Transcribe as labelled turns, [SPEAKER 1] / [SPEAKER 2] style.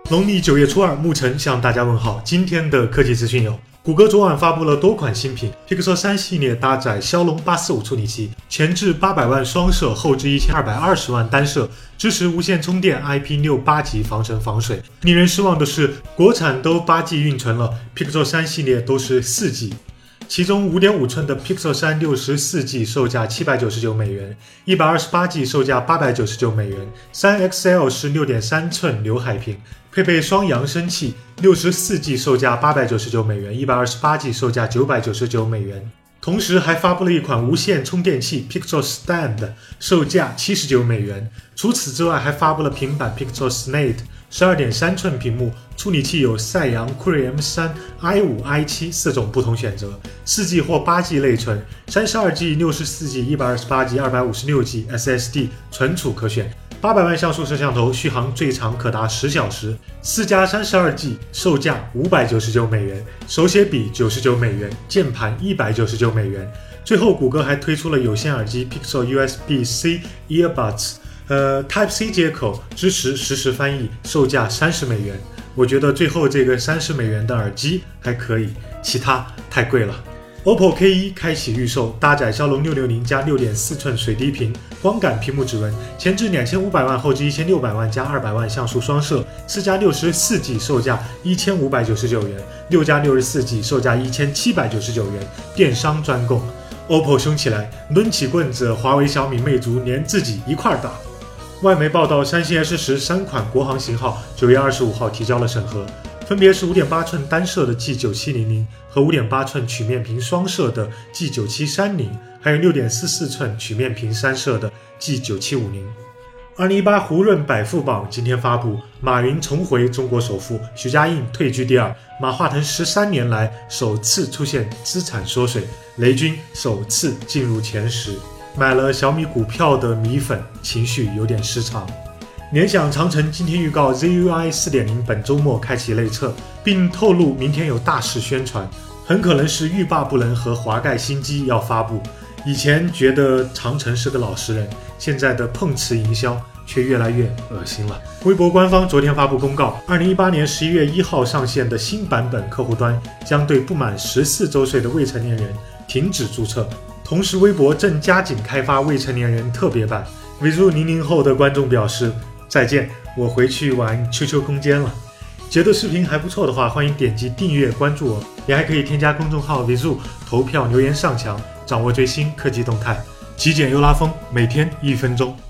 [SPEAKER 1] 农历9月初2，牧晨向大家问好。今天的科技资讯有：谷歌昨晚发布了多款新品 ，Pixel 3系列搭载骁龙845处理器，前置800万双摄，后置1220万单摄，支持无线充电 IP68 级防尘防水。令人失望的是，国产都8G 运存了 ，Pixel 3系列都是4G。其中5.5寸的 Pixel 3 64G 售价799美元，128G 售价899美元。3XL 是6.3寸刘海屏，配备双扬声器，64G 售价899美元，128G 售价999美元。同时还发布了一款无线充电器 Pixel Stand， 售价79美元。除此之外，还发布了平板 Pixel Slate，12.3寸屏幕，处理器有赛扬、酷睿 M3、i5、i7 4种不同选择，4G 或8G 内存，32G、64G、128G、256G SSD 存储可选。800万像素摄像头，续航最长可达10小时。4+32G 售价599美元，手写笔99美元，键盘199美元。最后，谷歌还推出了有线耳机 Pixel USB-C Earbuds，Type-C 接口，支持实时翻译，售价30美元。我觉得最后这个30美元的耳机还可以，其他太贵了。OPPO K1 开启预售，搭载骁龙660加6.4寸水滴屏，光感屏幕指纹，前置2500万，后置1600万加200万像素双摄，4+64G 售价1599元，6+64G 售价1799元，电商专供。OPPO 凶起来，抡起棍子，华为、小米、魅族连自己一块打。外媒报道，三星 S10 3款国行型号9月25号提交了审核，分别是5.8寸单摄的 G9700 和5.8寸曲面屏双摄的 G9730， 还有6.44寸曲面屏三摄的 G9750。2018胡润百富榜今天发布，马云重回中国首富，许家印退居第2，马化腾13年来首次出现资产缩水，雷军首次进入前10。买了小米股票的米粉情绪有点失常。联想长城今天预告 ZUI 4.0 本周末开启内测，并透露明天有大事宣传，很可能是欲罢不能和华盖新机要发布。以前觉得长城是个老实人，现在的碰瓷营销却越来越恶心了。微博官方昨天发布公告，2018年11月1号上线的新版本客户端将对不满14周岁的未成年人停止注册。同时，微博正加紧开发未成年人特别版。尾数00后的观众表示：“再见，我回去玩QQ空间了。”觉得视频还不错的话，欢迎点击订阅关注我，也还可以添加公众号 Vizu 投票留言上墙，掌握最新科技动态。极简又拉风，每天1分钟。